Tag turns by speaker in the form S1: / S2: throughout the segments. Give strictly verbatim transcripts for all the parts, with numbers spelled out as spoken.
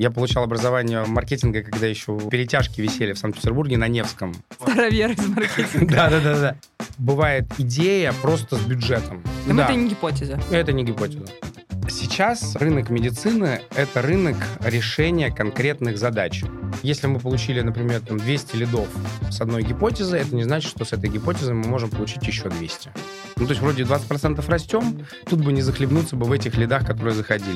S1: Я получал образование маркетинга, когда еще перетяжки висели в Санкт-Петербурге на Невском.
S2: Старовер из маркетинга.
S1: Да-да-да. Бывает идея просто с бюджетом.
S2: Но это не гипотеза.
S1: Это не гипотеза. Сейчас рынок медицины — это рынок решения конкретных задач. Если мы получили, например, там двести лидов с одной гипотезы, это не значит, что с этой гипотезой мы можем получить еще двести. Ну, то есть вроде двадцать процентов растем, тут бы не захлебнуться бы в этих лидах, которые заходили.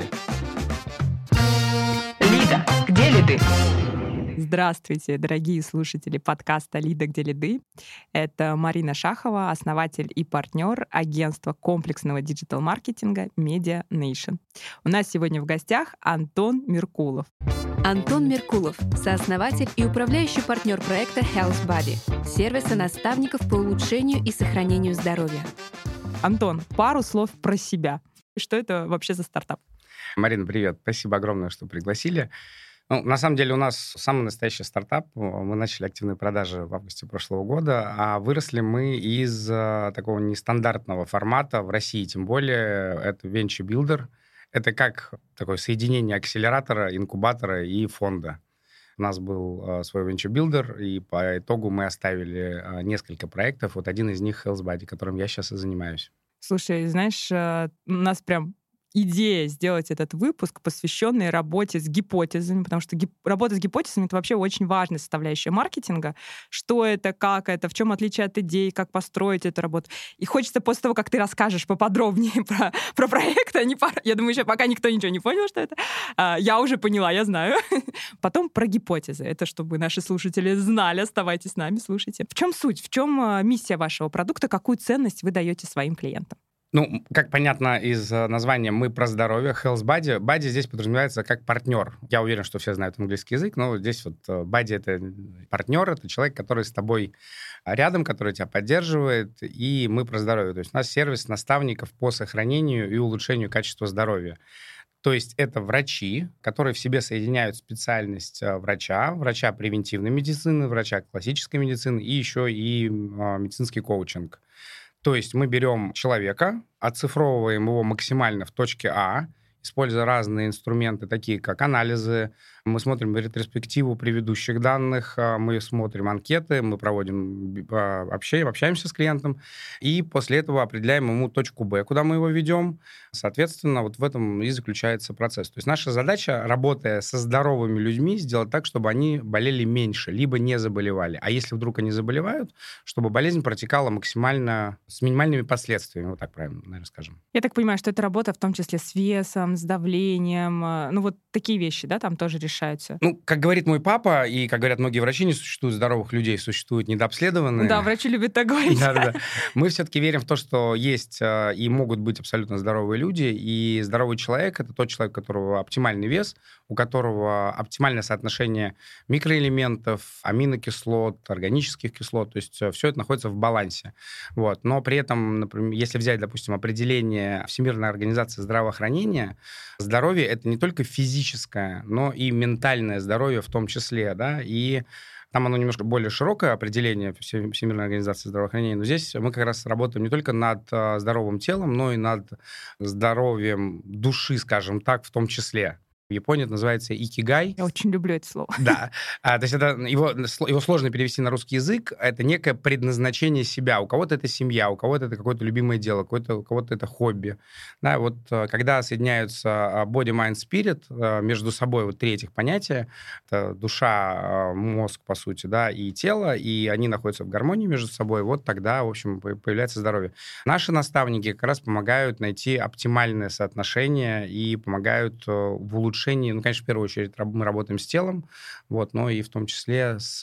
S3: Лида, где лиды?
S2: Здравствуйте, дорогие слушатели подкаста «Лида, где лиды». Это Марина Шахова, основатель и партнер агентства комплексного диджитал-маркетинга Media Nation. У нас сегодня в гостях Антон Меркулов.
S4: Антон Меркулов — сооснователь и управляющий партнер проекта Health Buddy, сервиса наставников по улучшению и сохранению здоровья.
S2: Антон, пару слов про себя. Что это вообще за стартап?
S1: Марина, привет. Спасибо огромное, что пригласили. Ну, на самом деле у нас самый настоящий стартап. Мы начали активные продажи в августе прошлого года, а выросли мы из uh, такого нестандартного формата в России, тем более это Venture Builder. Это как такое соединение акселератора, инкубатора и фонда. У нас был uh, свой Venture Builder, и по итогу мы оставили uh, несколько проектов. Вот один из них Health Buddy, которым я сейчас и занимаюсь.
S2: Слушай, знаешь, у нас прям идея сделать этот выпуск, посвященный работе с гипотезами, потому что гип... работа с гипотезами — это вообще очень важная составляющая маркетинга. Что это, как это, в чем отличие от идей, как построить эту работу. И хочется после того, как ты расскажешь поподробнее про, про проект, а не про... я думаю, еще пока никто ничего не понял, что это. А, я уже поняла, я знаю. Потом про гипотезы. Это чтобы наши слушатели знали. Оставайтесь с нами, слушайте. В чем суть? В чем миссия вашего продукта? Какую ценность вы даете своим клиентам?
S1: Ну, как понятно из названия, мы про здоровье, Health Buddy. Buddy здесь подразумевается как партнер. Я уверен, что все знают английский язык, но здесь вот Buddy — это партнер, это человек, который с тобой рядом, который тебя поддерживает, и мы про здоровье. То есть у нас сервис наставников по сохранению и улучшению качества здоровья. То есть это врачи, которые в себе соединяют специальность врача, врача превентивной медицины, врача классической медицины и еще и медицинский коучинг. То есть мы берем человека, оцифровываем его максимально в точке А, используя разные инструменты, такие как анализы, мы смотрим ретроспективу предыдущих данных, мы смотрим анкеты, мы проводим общение, общаемся с клиентом, и после этого определяем ему точку Б, куда мы его ведем. Соответственно, вот в этом и заключается процесс. То есть наша задача, работая со здоровыми людьми, сделать так, чтобы они болели меньше, либо не заболевали. А если вдруг они заболевают, чтобы болезнь протекала максимально с минимальными последствиями, вот так правильно, наверное, скажем.
S2: Я так понимаю, что это работа в том числе с весом, с давлением, ну вот такие вещи, да, там тоже решаются.
S1: Ну, как говорит мой папа, и как говорят многие врачи, не существует здоровых людей, существуют недообследованные.
S2: Да, врачи любят так говорить.
S1: Да-да-да. Мы все-таки верим в то, что есть и могут быть абсолютно здоровые люди, и здоровый человек — это тот человек, у которого оптимальный вес, у которого оптимальное соотношение микроэлементов, аминокислот, органических кислот, то есть все это находится в балансе. Вот. Но при этом, например, если взять, допустим, определение Всемирной организации здравоохранения, здоровье — это не только физическое, но и ментальное здоровье в том числе, да, и там оно немножко более широкое определение Всемирной организации здравоохранения, но здесь мы как раз работаем не только над здоровым телом, но и над здоровьем души, скажем так, в том числе. В Японии это называется икигай.
S2: Я очень люблю это слово.
S1: Да. А, то есть это, его, его сложно перевести на русский язык. Это некое предназначение себя. У кого-то это семья, у кого-то это какое-то любимое дело, у кого-то это хобби. Да, вот когда соединяются body, mind, spirit между собой, вот три этих понятия, это душа, мозг, по сути, да, и тело, и они находятся в гармонии между собой, вот тогда, в общем, появляется здоровье. Наши наставники как раз помогают найти оптимальное соотношение и помогают в улучшении. Ну, конечно, в первую очередь мы работаем с телом, вот, но и в том числе с,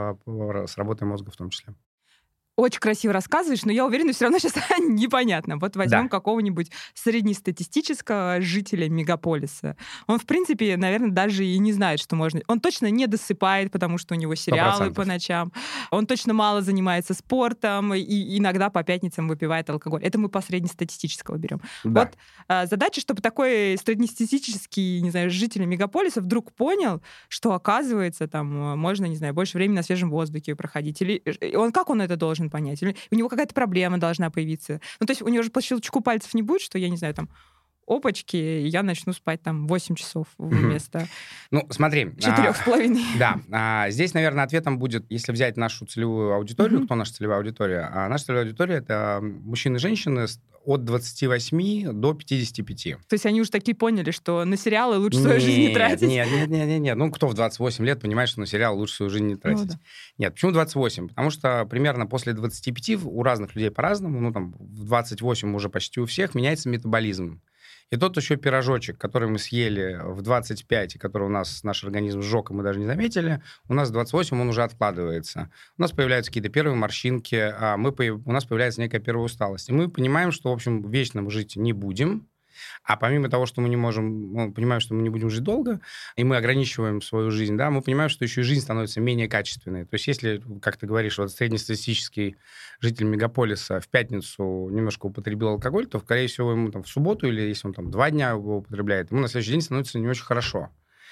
S1: с работой мозга в том числе.
S2: Очень красиво рассказываешь, но я уверена, все равно сейчас непонятно. Вот возьмем да. какого-нибудь среднестатистического жителя мегаполиса. Он, в принципе, наверное, даже и не знает, что можно... Он точно не досыпает, потому что у него сериалы сто процентов по ночам. Он точно мало занимается спортом и иногда по пятницам выпивает алкоголь. Это мы по среднестатистического берем.
S1: Да.
S2: Вот а, задача, чтобы такой среднестатистический, не знаю, житель мегаполиса вдруг понял, что, оказывается, там можно, не знаю, больше времени на свежем воздухе проходить. Или он как он это должен понять? Или у него какая-то проблема должна появиться? Ну, то есть у него же по щелчку пальцев не будет, что, я не знаю, там, опачки, и я начну спать там восемь часов вместо
S1: ну, смотри,
S2: четырех с половиной.
S1: Да, а, здесь, наверное, ответом будет, если взять нашу целевую аудиторию, кто наша целевая аудитория? А наша целевая аудитория — это мужчины и женщины от двадцати восьми до пятидесяти пяти.
S2: То есть они уже такие поняли, что на сериалы лучше свою жизнь не тратить?
S1: Нет, нет, нет, нет, нет. Ну, кто в двадцать восемь лет понимает, что на сериал лучше свою жизнь не тратить? Ну, да. Нет, почему двадцать восемь? Потому что примерно после двадцати пяти у разных людей по-разному, ну, там, в двадцать восемь уже почти у всех меняется метаболизм. И тот еще пирожочек, который мы съели в двадцать пять, и который у нас наш организм сжег, и мы даже не заметили, у нас в двадцать восемь он уже откладывается. У нас появляются какие-то первые морщинки, а мы, у нас появляется некая первая усталость. И мы понимаем, что, в общем, вечно мы жить не будем. А помимо того, что мы не можем, мы понимаем, что мы не будем жить долго, и мы ограничиваем свою жизнь, да, мы понимаем, что еще и жизнь становится менее качественной. То есть если, как ты говоришь, вот среднестатистический житель мегаполиса в пятницу немножко употребил алкоголь, то, скорее всего, ему там в субботу, или если он там два дня его употребляет, ему на следующий день становится не очень хорошо.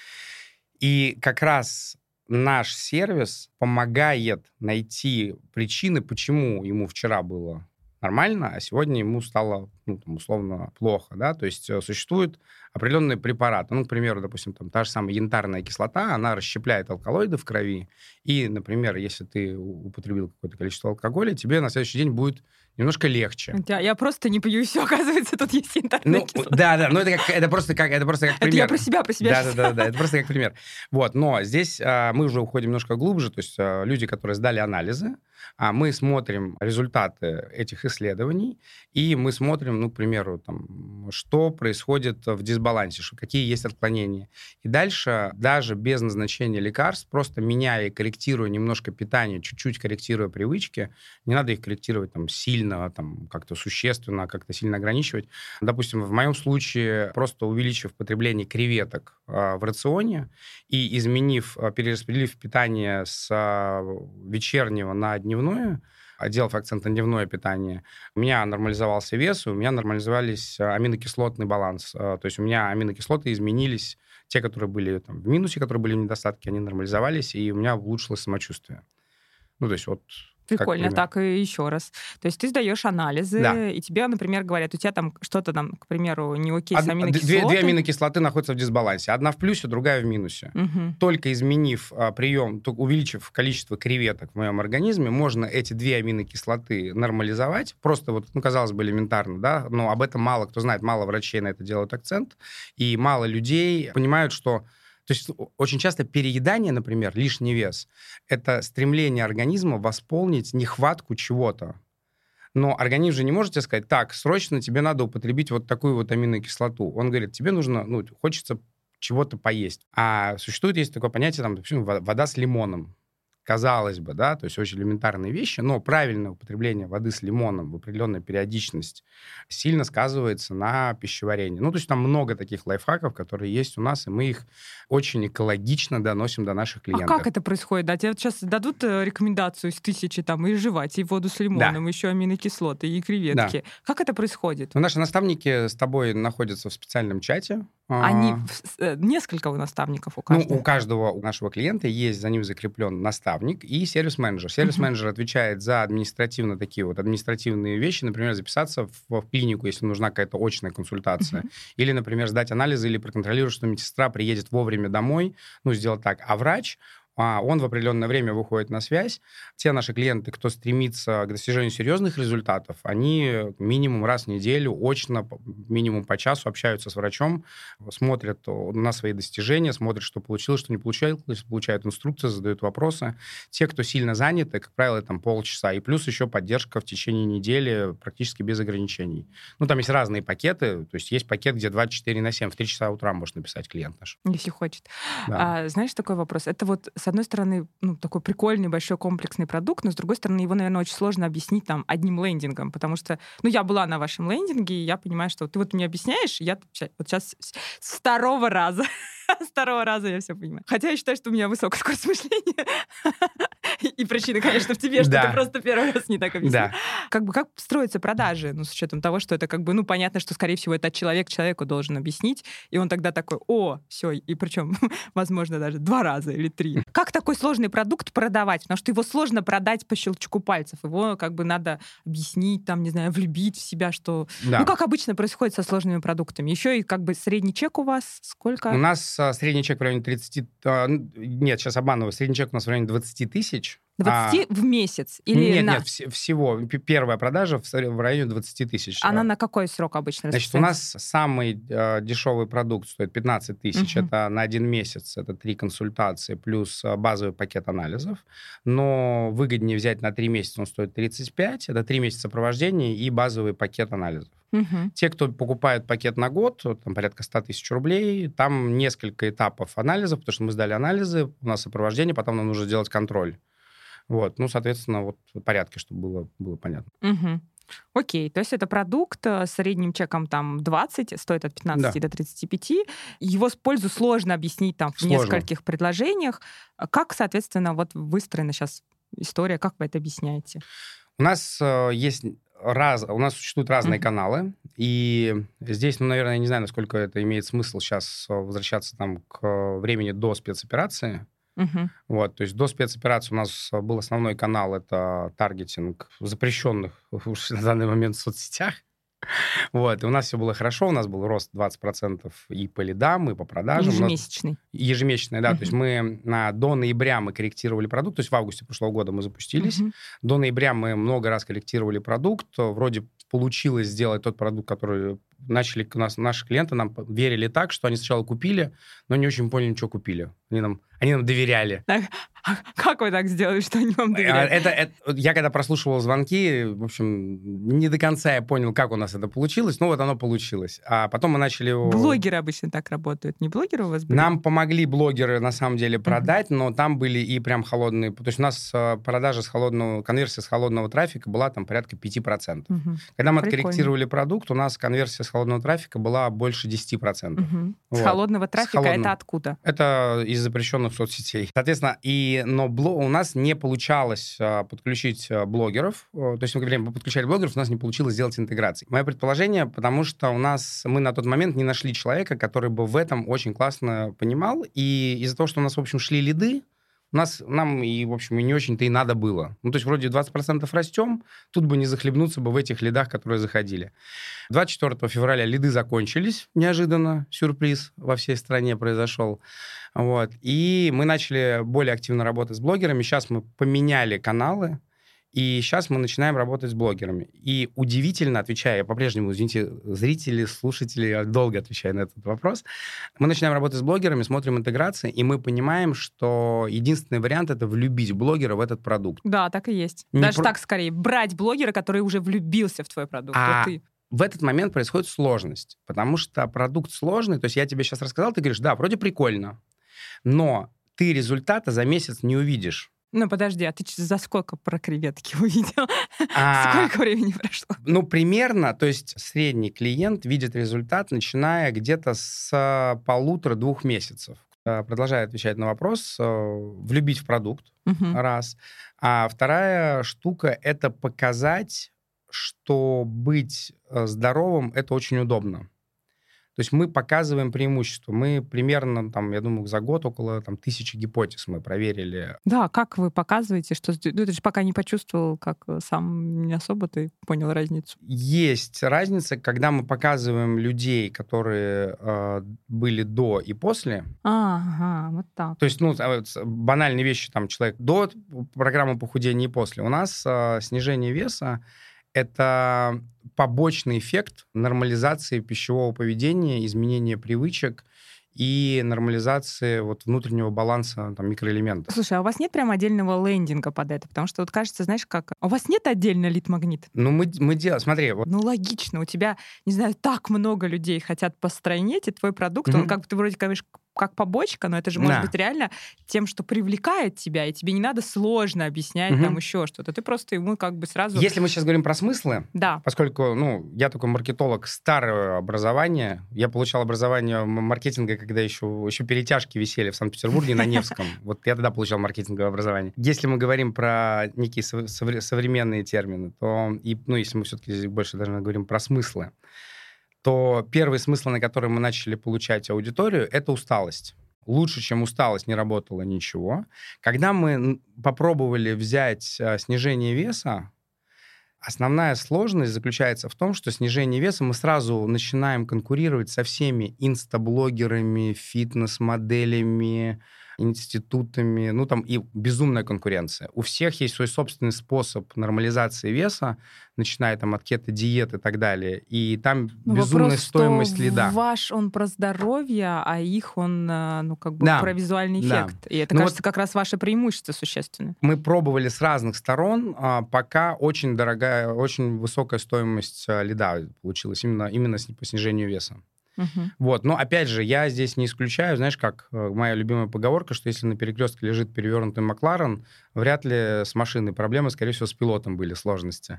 S1: И как раз наш сервис помогает найти причины, почему ему вчера было нормально, а сегодня ему стало, ну, там, условно, плохо, да, то есть существуют определенные препараты, ну, к примеру, допустим, там, та же самая янтарная кислота, она расщепляет алкалоиды в крови, и, например, если ты употребил какое-то количество алкоголя, тебе на следующий день будет немножко легче.
S2: Я, я просто не пью, и все, оказывается, тут есть янтарная
S1: ну,
S2: кислота.
S1: Да, да, но это, как, это просто как, это просто как пример.
S2: Это я про себя, про себя.
S1: Да, да, да, да, это просто как пример. Вот, но здесь а, мы уже уходим немножко глубже, то есть а, люди, которые сдали анализы, а мы смотрим результаты этих исследований, и мы смотрим, ну, к примеру, там, что происходит в дисбалансе, что, какие есть отклонения. И дальше, даже без назначения лекарств, просто меняя и корректируя немножко питание, чуть-чуть корректируя привычки, не надо их корректировать там, сильно, там, как-то существенно, как-то сильно ограничивать. Допустим, в моем случае, просто увеличив потребление креветок э, в рационе и изменив, э, перераспределив питание с э, вечернего на дневное, делав акцент на дневное питание, у меня нормализовался вес, и у меня нормализовались аминокислотный баланс. То есть у меня аминокислоты изменились, те, которые были там, в минусе, которые были в недостатке, они нормализовались, и у меня улучшилось самочувствие. Ну, то есть вот...
S2: Прикольно, так и еще раз. То есть ты сдаешь анализы,
S1: да.
S2: и тебе, например, говорят, у тебя там что-то там, к примеру, не окей с аминокислотой.
S1: Две, две аминокислоты находятся в дисбалансе. Одна в плюсе, другая в минусе.
S2: Угу.
S1: Только изменив а, прием, только увеличив количество креветок в моем организме, можно эти две аминокислоты нормализовать. Просто вот, ну, казалось бы, элементарно, да, но об этом мало кто знает, мало врачей на это делают акцент, и мало людей понимают, что То есть очень часто переедание, например, лишний вес, это стремление организма восполнить нехватку чего-то. Но организм же не может тебе сказать, так, срочно тебе надо употребить вот такую вот аминокислоту. Он говорит, тебе нужно, ну, хочется чего-то поесть. А существует, есть такое понятие, там, допустим, вода с лимоном. Казалось бы, да, то есть очень элементарные вещи, но правильное употребление воды с лимоном в определенную периодичность сильно сказывается на пищеварении. Ну, то есть там много таких лайфхаков, которые есть у нас, и мы их очень экологично доносим до наших клиентов.
S2: А как это происходит? Да, тебе вот сейчас дадут рекомендацию из тысячи, там, и жевать, и воду с лимоном, да. еще аминокислоты, и креветки. Да. Как это происходит?
S1: Ну, наши наставники с тобой находятся в специальном чате.
S2: Они, несколько у наставников у каждого?
S1: Ну, у каждого у нашего клиента есть за ним закреплен наставник и сервис-менеджер. Сервис-менеджер uh-huh. отвечает за административно такие вот административные вещи, например, записаться в, в клинику, если нужна какая-то очная консультация, uh-huh. или, например, сдать анализы, или проконтролировать, что медсестра приедет вовремя домой, ну, сделать так. А врач... А он в определенное время выходит на связь. Те наши клиенты, кто стремится к достижению серьезных результатов, они минимум раз в неделю, очно, минимум по часу общаются с врачом, смотрят на свои достижения, смотрят, что получилось, что не получилось, получают инструкции, задают вопросы. Те, кто сильно заняты, как правило, там полчаса. И плюс еще поддержка в течение недели практически без ограничений. Ну, там есть разные пакеты. То есть есть пакет, где двадцать четыре на семь, в три часа утра может написать клиент наш.
S2: Если хочет.
S1: Да.
S2: А, знаешь, такой вопрос. Это вот с одной стороны, ну, такой прикольный, большой, комплексный продукт, но с другой стороны, его, наверное, очень сложно объяснить там одним лендингом, потому что, ну, я была на вашем лендинге, и я понимаю, что ты вот мне объясняешь, я вот сейчас с второго раза, с второго раза я все понимаю. Хотя я считаю, что у меня высокая скорость мышления. И причина, конечно, в тебе, что
S1: Да.
S2: ты просто первый раз не так объяснил.
S1: Да.
S2: Как бы как строятся продажи, ну, с учетом того, что это как бы, ну, понятно, что, скорее всего, это человек человеку должен объяснить, и он тогда такой, о, все, и причем, возможно, даже два раза или три. Как такой сложный продукт продавать? Потому что его сложно продать по щелчку пальцев. Его как бы надо объяснить, там, не знаю, влюбить в себя, что...
S1: Да.
S2: Ну, как обычно происходит со сложными продуктами. Еще и как бы средний чек у вас сколько?
S1: У нас а, средний чек в районе тридцать... а, ну, нет, сейчас обманываю. Средний чек у нас в районе двадцать тысяч.
S2: двадцать
S1: а,
S2: в месяц? Или
S1: Нет,
S2: на...
S1: нет, вс- всего. П- Первая продажа в, в районе двадцать тысяч.
S2: Она на какой срок обычно
S1: Значит, у нас самый э, дешевый продукт стоит пятнадцать тысяч.
S2: Мгм.
S1: Это на один месяц. Это три консультации плюс э, базовый пакет анализов. Но выгоднее взять на три месяца, он стоит тридцать пять. Это три месяца сопровождения и базовый пакет анализов.
S2: Мгм.
S1: Те, кто покупает пакет на год, вот там порядка сто тысяч рублей, там несколько этапов анализов, потому что мы сдали анализы, у нас сопровождение, потом нам нужно сделать контроль. Вот, ну, соответственно, вот в порядке, чтобы было, было понятно.
S2: Мгм. Окей, то есть это продукт э, с средним чеком там двадцать, стоит от пятнадцати до тридцати пяти. Его с пользу сложно объяснить там в
S1: Сложно.
S2: нескольких предложениях. А Как, соответственно, вот выстроена сейчас история, как вы это объясняете?
S1: У нас э, есть раз, у нас существуют разные
S2: Мгм.
S1: каналы, и здесь, ну, наверное, я не знаю, насколько это имеет смысл сейчас возвращаться там к времени до спецоперации.
S2: Мгм.
S1: Вот, то есть до спецоперации у нас был основной канал, это таргетинг запрещенных уж на данный момент в соцсетях. Вот, и у нас все было хорошо, у нас был рост двадцать процентов и по лидам, и по продажам. У нас-
S2: Ежемесячный.
S1: Ежемесячный, да.
S2: Мгм.
S1: То есть мы на, до ноября мы корректировали продукт, то есть в августе прошлого года мы запустились.
S2: Мгм.
S1: До ноября мы много раз корректировали продукт. Вроде получилось сделать тот продукт, который начали у нас наши клиенты нам верили так, что они сначала купили, но не очень поняли, что купили. Они нам, они нам доверяли.
S2: Так, а как вы так сделали, что они вам
S1: А,
S2: доверяют?
S1: Это, это- я когда прослушивал звонки, в общем, не до конца я понял, как у нас это получилось, но вот оно получилось. А потом мы начали... его-
S2: Блогеры обычно так работают. Не блогеры у вас были?
S1: Нам помогли блогеры, на самом деле, продать, но там были и прям холодные... То есть у нас э, продажа с холодного... Конверсия с холодного трафика была там порядка пять процентов.
S2: Мгм.
S1: Когда мы
S2: Прикольно.
S1: откорректировали продукт, у нас конверсия с холодного трафика была больше десять процентов.
S2: Мгм. С
S1: Вот.
S2: холодного трафика
S1: холодного.
S2: это откуда?
S1: Это из запрещенных соцсетей. Соответственно, и, но бло, у нас не получалось а, подключить а, блогеров. А, то есть, мы говорим, мы подключали блогеров, у нас не получилось сделать интеграции. Мое предположение, потому что у нас, мы на тот момент не нашли человека, который бы в этом очень классно понимал. И из-за того, что у нас, в общем, шли лиды, у нас, нам и, в общем, и не очень-то и надо было. Ну, то есть, вроде двадцать процентов растем, тут бы не захлебнуться бы в этих лидах, которые заходили. двадцать четвёртого февраля лиды закончились неожиданно, сюрприз во всей стране произошел. Вот. И мы начали более активно работать с блогерами. Сейчас мы поменяли каналы, и сейчас мы начинаем работать с блогерами. И удивительно, отвечая, я по-прежнему, извините, зрители, слушатели, я долго отвечаю на этот вопрос, мы начинаем работать с блогерами, смотрим интеграции, и мы понимаем, что единственный вариант — это влюбить блогера в этот продукт.
S2: Да, так и есть.
S1: Не
S2: Даже
S1: про-
S2: так скорее. Брать блогера, который уже влюбился в твой продукт.
S1: А
S2: Вот ты.
S1: в этот момент происходит сложность, потому что продукт сложный, то есть я тебе сейчас рассказал, ты говоришь, да, вроде прикольно, но ты результата за месяц не увидишь.
S2: Ну, подожди, а ты ч- за сколько про креветки увидел?
S1: А,
S2: Сколько времени прошло?
S1: Ну, примерно, то есть средний клиент видит результат, начиная где-то с полутора-двух месяцев. Э, Продолжая отвечать на вопрос, э, влюбить в продукт,
S2: Мгм.
S1: раз. А вторая штука — это показать, что быть э, здоровым — это очень удобно. То есть мы показываем преимущество. Мы примерно, там, я думаю, за год около там, тысячи гипотез мы проверили.
S2: Да, как вы показываете, что... сд- Ну, ты же пока не почувствовал, как э, сам не особо ты понял разницу.
S1: Есть разница, когда мы показываем людей, которые э, были до и после.
S2: А, ага, вот так.
S1: То есть, ну, а вот с- банальные вещи, там, человек до программы похудения и после. У нас э, снижение веса — это побочный эффект нормализации пищевого поведения, изменения привычек и нормализации вот внутреннего баланса там, микроэлементов.
S2: Слушай, а у вас нет прям отдельного лендинга под это? Потому что вот кажется, знаешь, как... А у вас нет отдельно лид-магнит?
S1: Ну, мы, мы делаем... Смотри, вот
S2: Ну, логично. У тебя, не знаю, так много людей хотят постройнеть, и твой продукт, он
S1: Мгм.
S2: как бы, ты вроде говоришь, как побочка, но это же может
S1: Да.
S2: быть реально тем, что привлекает тебя, и тебе не надо сложно объяснять
S1: Мгм.
S2: там еще что-то. Ты просто ему как бы сразу...
S1: Если мы сейчас говорим про смыслы,
S2: Да.
S1: поскольку, ну, я такой маркетолог старого образования, я получал образование м- маркетинга, когда еще, еще перетяжки висели в Санкт-Петербурге на Невском. Вот я тогда получал маркетинговое образование. Если мы говорим про некие сов- совре- современные термины, то, и, ну, если мы все-таки здесь больше даже говорим про смыслы, то первый смысл, на который мы начали получать аудиторию, это усталость. Лучше, чем усталость, не работало ничего. Когда мы н- попробовали взять а, снижение веса, основная сложность заключается в том, что снижение веса мы сразу начинаем конкурировать со всеми инстаблогерами, фитнес-моделями, институтами, ну там и безумная конкуренция. У всех есть свой собственный способ нормализации веса, начиная там от кето-диет и так далее, и там
S2: Но
S1: безумная
S2: вопрос,
S1: стоимость
S2: что
S1: лида.
S2: ваш он про здоровье, а их он, а, ну, как бы
S1: Да,
S2: про визуальный
S1: да.
S2: эффект. И это,
S1: Ну
S2: кажется,
S1: вот-
S2: как раз ваше преимущество существенное.
S1: Мы пробовали с разных сторон, а, пока очень дорогая, очень высокая стоимость а, лида получилась именно, именно с- по снижению веса.
S2: Мгм.
S1: Вот, но опять же, я здесь не исключаю, знаешь, как э, моя любимая поговорка, что если на перекрестке лежит перевернутый Макларен, вряд ли с машиной проблемы, скорее всего, с пилотом были сложности.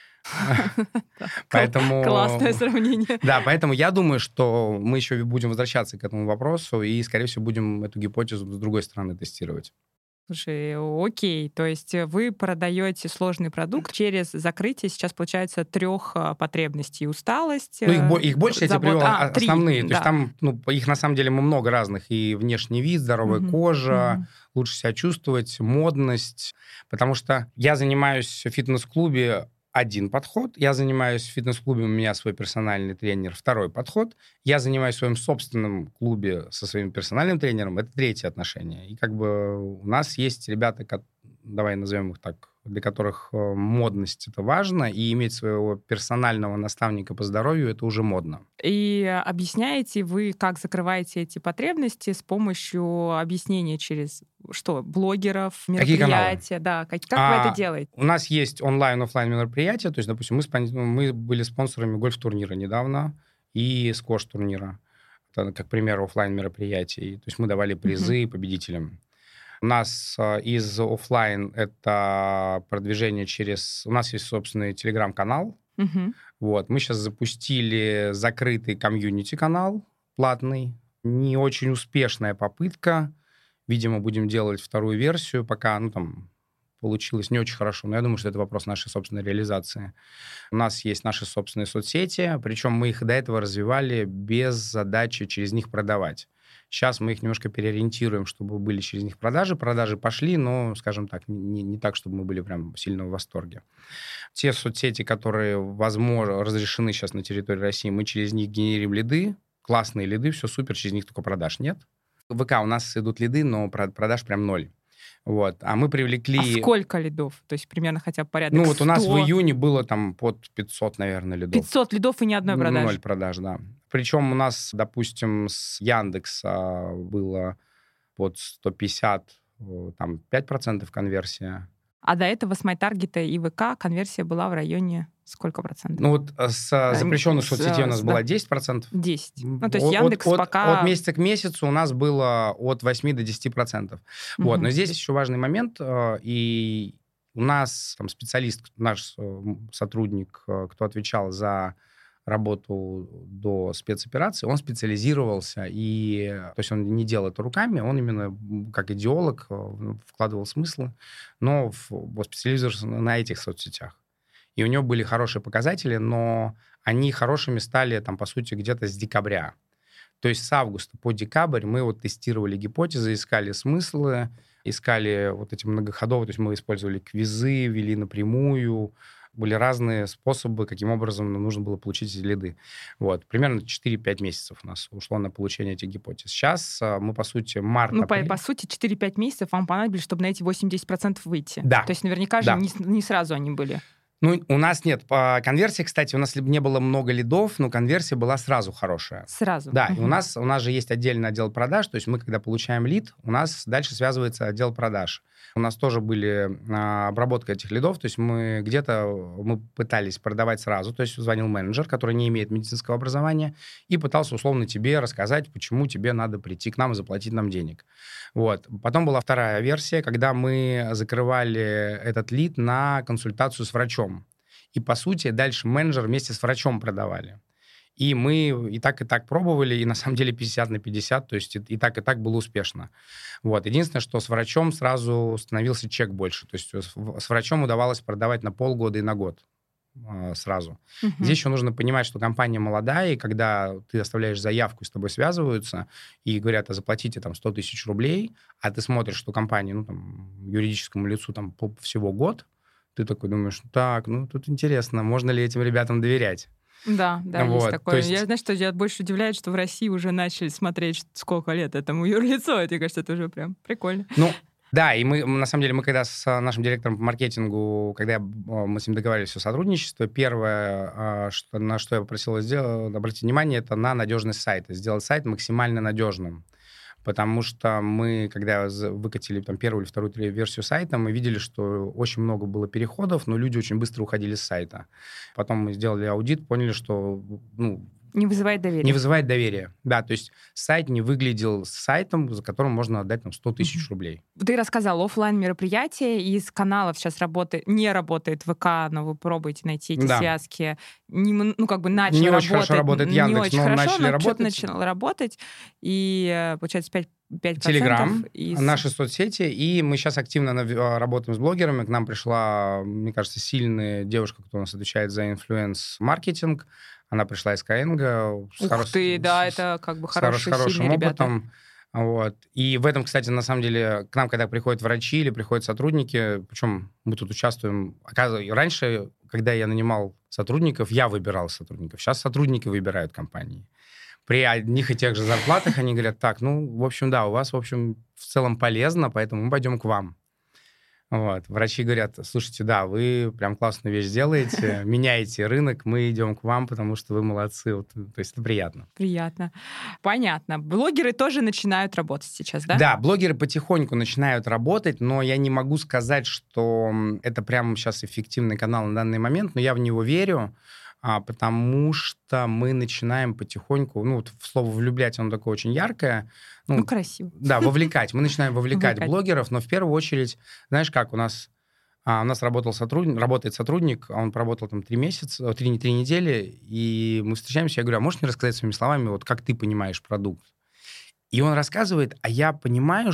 S1: Поэтому...
S2: Классное сравнение.
S1: Да, поэтому я думаю, что мы еще будем возвращаться к этому вопросу и, скорее всего, будем эту гипотезу с другой стороны тестировать.
S2: Слушай, окей, то есть вы продаете сложный продукт через закрытие сейчас, получается, трех а, потребностей. Усталость,
S1: Ну, их, бо-
S2: э,
S1: их больше, я тебе
S2: забота.
S1: привел
S2: А,
S1: а-
S2: три,
S1: основные. То
S2: да.
S1: есть там, ну, их на самом деле много разных. И внешний вид, здоровая
S2: Мгм,
S1: кожа,
S2: мгм.
S1: лучше себя чувствовать, модность. Потому что я занимаюсь в фитнес-клубе один подход, я занимаюсь в фитнес-клубе, у меня свой персональный тренер, второй подход, я занимаюсь в своем собственном клубе со своим персональным тренером, это третье отношение. И как бы у нас есть ребята, ко- давай назовем их так, для которых э, модность это важно, и иметь своего персонального наставника по здоровью это уже модно.
S2: И объясняете вы, как закрываете эти потребности с помощью объяснения через что? Блогеров,
S1: Какие каналы?
S2: мероприятия? Да, как, как
S1: А,
S2: вы это делаете?
S1: У нас есть онлайн-оффлайн мероприятия, то есть, допустим, мы, спон- мы были спонсорами гольф-турнира недавно и сквош-турнира. Это, как пример, оффлайн мероприятий. То есть мы давали призы победителям. У нас э, из оффлайн это продвижение через... У нас есть собственный телеграм-канал.
S2: Мгм.
S1: Вот. Мы сейчас запустили закрытый комьюнити-канал, платный. Не очень успешная попытка. Видимо, будем делать вторую версию, пока, ну, там, получилось не очень хорошо. Но я думаю, что это вопрос нашей собственной реализации. У нас есть наши собственные соцсети, причем мы их до этого развивали без задачи через них продавать. Сейчас мы их немножко переориентируем, чтобы были через них продажи. Продажи пошли, но, скажем так, не, не так, чтобы мы были прям сильно в восторге. Те соцсети, которые, возможно, разрешены сейчас на территории России, мы через них генерим лиды, классные лиды, все супер, через них только продаж нет. В ВК у нас идут лиды, но прод- продаж прям ноль. Вот. А мы привлекли...
S2: А сколько лидов? То есть примерно хотя бы порядок
S1: Ну, вот у нас в
S2: сто?
S1: июне было там под пятьсот, наверное, лидов.
S2: пятьсот лидов и ни одной продажи.
S1: Ноль продаж, да. Причем у нас, допустим, с Яндекса было под сто пятьдесят, э, там, пять процентов конверсия.
S2: А до этого с MyTarget и ВК конверсия была в районе сколько процентов?
S1: Ну, вот с
S2: Э,
S1: запрещенных
S2: с-
S1: соцсетей у нас
S2: с-
S1: было
S2: да.
S1: десять процентов.
S2: десять. Ну, то есть
S1: От-
S2: Яндекс
S1: от,
S2: пока...
S1: От месяца к месяцу у нас было от восьми до десяти процентов. Вот.
S2: Мгм.
S1: Но здесь еще важный момент. э, И у нас там специалист, наш э, сотрудник, э, кто отвечал за работу до спецоперации, он специализировался, и, то есть он не делал это руками, он именно м, как идеолог э, вкладывал смыслы, но в- вот специализировался на этих соцсетях. И у него были хорошие показатели, но они хорошими стали, там, по сути, где-то с декабря. То есть с августа по декабрь мы вот тестировали гипотезы, искали смыслы, искали вот эти многоходовые, то есть мы использовали квизы, вели напрямую, были разные способы, каким образом нам нужно было получить эти лиды. Вот. Примерно четыре-пять месяцев у нас ушло на получение этих гипотез. Сейчас а, мы, по сути, март,
S2: Ну, по,
S1: апрель.
S2: по сути, четыре-пять месяцев вам понадобились, чтобы на эти восемь-десять процентов выйти.
S1: Да.
S2: То есть наверняка же
S1: Да.
S2: не, с- не сразу они были.
S1: Ну, у нас нет. По конверсии, кстати, у нас не было много лидов, но конверсия была сразу хорошая.
S2: Сразу?
S1: Да,
S2: угу.
S1: и у нас, у нас же есть отдельный отдел продаж, то есть мы, когда получаем лид, у нас дальше связывается отдел продаж. У нас тоже были а, обработка этих лидов, то есть мы где-то мы пытались продавать сразу, то есть звонил менеджер, который не имеет медицинского образования, и пытался условно тебе рассказать, почему тебе надо прийти к нам и заплатить нам денег. Вот. Потом была вторая версия, когда мы закрывали этот лид на консультацию с врачом. И, по сути, дальше менеджер вместе с врачом продавали. И мы и так, и так пробовали, и на самом деле пятьдесят на пятьдесят, то есть и, и так, и так было успешно. Вот. Единственное, что с врачом сразу становился чек больше. То есть с, с врачом удавалось продавать на полгода и на год э, сразу.
S2: Угу.
S1: Здесь еще нужно понимать, что компания молодая, и когда ты оставляешь заявку, с тобой связываются, и говорят, а заплатите там сто тысяч рублей, а ты смотришь, что компании, ну, там, юридическому лицу там всего год, ты такой думаешь, так, ну, тут интересно, можно ли этим ребятам доверять?
S2: Да, да,
S1: вот,
S2: есть такое.
S1: есть...
S2: Я знаю, что я больше удивляет, что в России уже начали смотреть, сколько лет этому юрлицу. Мне кажется, это уже прям прикольно.
S1: Ну, да, и мы, на самом деле, мы когда с нашим директором по маркетингу, когда я, мы с ним договаривались о сотрудничестве, первое, что, на что я попросил сделать, обратить внимание, это на надежность сайта. Сделать сайт максимально надежным. Потому что мы, когда выкатили там, первую или вторую версию сайта, мы видели, что очень много было переходов, но люди очень быстро уходили с сайта. Потом мы сделали аудит, поняли, что... Ну,
S2: не вызывает доверия.
S1: Не вызывает доверия, да. То есть сайт не выглядел сайтом, за которым можно отдать там, сто тысяч mm-hmm. рублей.
S2: Ты рассказал, офлайн мероприятия, из каналов сейчас работает, не работает ВК, но вы пробуете найти эти да. связки. Не, ну, как бы начали
S1: не
S2: работать.
S1: Не очень хорошо работает Яндекс,
S2: не очень
S1: но
S2: хорошо,
S1: начали
S2: но
S1: работать.
S2: начал работать. И, получается, пять процентов
S1: Телеграм,
S2: из...
S1: наши соцсети, и мы сейчас активно работаем с блогерами. К нам пришла, мне кажется, сильная девушка, кто у нас отвечает за инфлюенс-маркетинг. Она пришла из Skyeng.
S2: Ух хорош... ты, да, с, это как бы хорошие,
S1: с хорошим опытом.
S2: Ребята.
S1: Вот. И в этом, кстати, на самом деле, к нам, когда приходят врачи или приходят сотрудники, причем мы тут участвуем... Оказывается, раньше, когда я нанимал сотрудников, я выбирал сотрудников. Сейчас сотрудники выбирают компании. При одних и тех же зарплатах они говорят, так, ну, в общем, да, у вас, в общем, в целом полезно, поэтому мы пойдем к вам. Вот. Врачи говорят, слушайте, да, вы прям классную вещь делаете, меняете рынок, мы идем к вам, потому что вы молодцы. Вот, то есть это приятно.
S2: Приятно. Понятно. Блогеры тоже начинают работать сейчас, да?
S1: Да, блогеры потихоньку начинают работать, но я не могу сказать, что это прямо сейчас эффективный канал на данный момент, но я в него верю, а, потому что мы начинаем потихоньку, ну, вот слово «влюблять», оно такое очень яркое.
S2: Ну, ну красиво.
S1: Да, вовлекать. Мы начинаем вовлекать блогеров, но в первую очередь, знаешь как, у нас, а, у нас работал сотрудник, работает сотрудник, он проработал там три месяца, три, три недели, и мы встречаемся, я говорю, а можешь мне рассказать своими словами, вот как ты понимаешь продукт? И он рассказывает, а я понимаю,